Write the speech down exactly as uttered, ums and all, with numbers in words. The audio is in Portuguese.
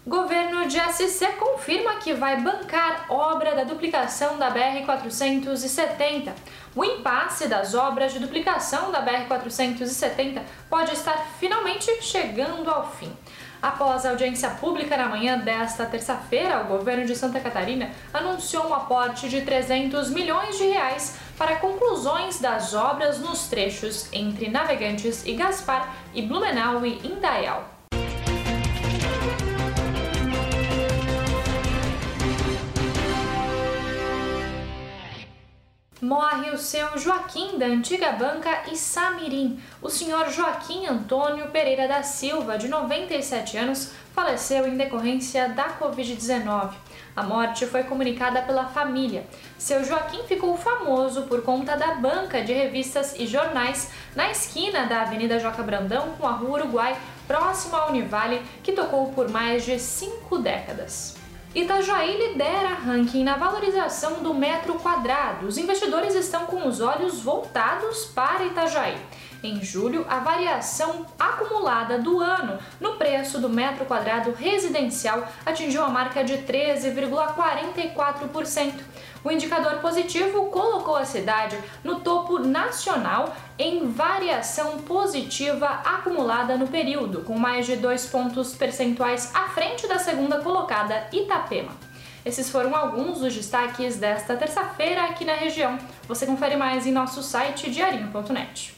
Governo de S C confirma que vai bancar obra da duplicação da B R quatrocentos e setenta. O impasse das obras de duplicação da B R quatrocentos e setenta pode estar finalmente chegando ao fim. Após a audiência pública na manhã desta terça-feira, o governo de Santa Catarina anunciou um aporte de trezentos milhões de reais para conclusões das obras nos trechos entre Navegantes e Gaspar e Blumenau e Indaial. Morre o seu Joaquim da antiga banca Isamirim. O senhor Joaquim Antônio Pereira da Silva, de noventa e sete anos, faleceu em decorrência da covid dezenove. A morte foi comunicada pela família. Seu Joaquim ficou famoso por conta da banca de revistas e jornais na esquina da Avenida Joca Brandão com a Rua Uruguai, próximo à Univale, que tocou por mais de cinco décadas. Itajaí lidera ranking na valorização do metro quadrado. Os investidores estão com os olhos voltados para Itajaí. Em julho, a variação acumulada do ano no preço do metro quadrado residencial atingiu a marca de treze vírgula quarenta e quatro por cento. O indicador positivo colocou a cidade no topo nacional em variação positiva acumulada no período, com mais de dois pontos percentuais à frente da segunda colocada, Itapema. Esses foram alguns dos destaques desta terça-feira aqui na região. Você confere mais em nosso site diarinho ponto net.